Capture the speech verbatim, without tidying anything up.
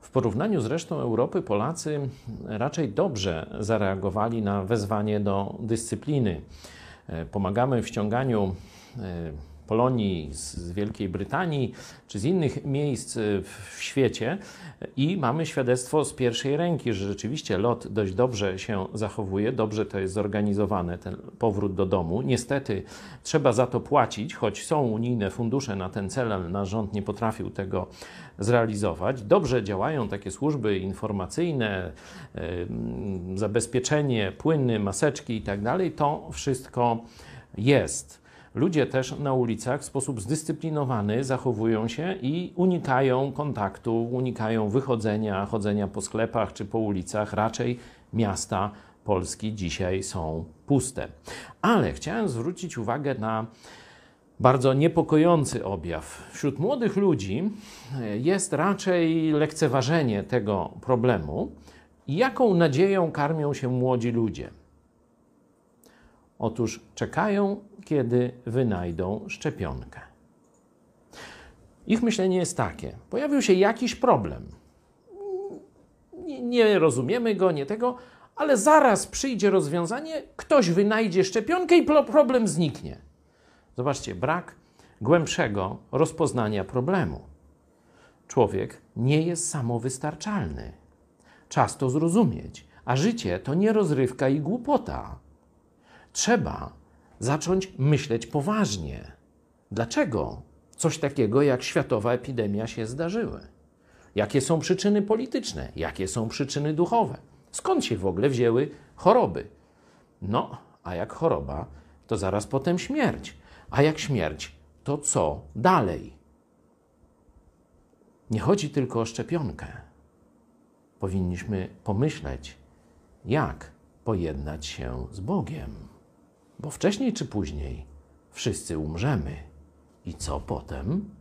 W porównaniu z resztą Europy Polacy raczej dobrze zareagowali na wezwanie do dyscypliny. Pomagamy w ściąganiu Polonii z Wielkiej Brytanii czy z innych miejsc w świecie i mamy świadectwo z pierwszej ręki, że rzeczywiście lot dość dobrze się zachowuje, dobrze to jest zorganizowane, ten powrót do domu. Niestety trzeba za to płacić, choć są unijne fundusze na ten cel, ale nasz rząd nie potrafił tego zrealizować. Dobrze działają takie służby informacyjne, zabezpieczenie, płyny, maseczki i tak dalej. To wszystko jest. Ludzie też na ulicach w sposób zdyscyplinowany zachowują się i unikają kontaktu, unikają wychodzenia, chodzenia po sklepach czy po ulicach. Raczej miasta Polski dzisiaj są puste. Ale chciałem zwrócić uwagę na bardzo niepokojący objaw. Wśród młodych ludzi jest raczej lekceważenie tego problemu. I jaką nadzieją karmią się młodzi ludzie? Otóż czekają, kiedy wynajdą szczepionkę. Ich myślenie jest takie: pojawił się jakiś problem. Nie, nie rozumiemy go, nie tego, ale zaraz przyjdzie rozwiązanie, ktoś wynajdzie szczepionkę i problem zniknie. Zobaczcie, brak głębszego rozpoznania problemu. Człowiek nie jest samowystarczalny. Czas to zrozumieć, a życie to nie rozrywka i głupota. Trzeba zacząć myśleć poważnie. Dlaczego coś takiego jak światowa epidemia się zdarzyły? Jakie są przyczyny polityczne? Jakie są przyczyny duchowe? Skąd się w ogóle wzięły choroby? No, a jak choroba, to zaraz potem śmierć. A jak śmierć, to co dalej? Nie chodzi tylko o szczepionkę. Powinniśmy pomyśleć, jak pojednać się z Bogiem. Bo wcześniej czy później wszyscy umrzemy. I co potem?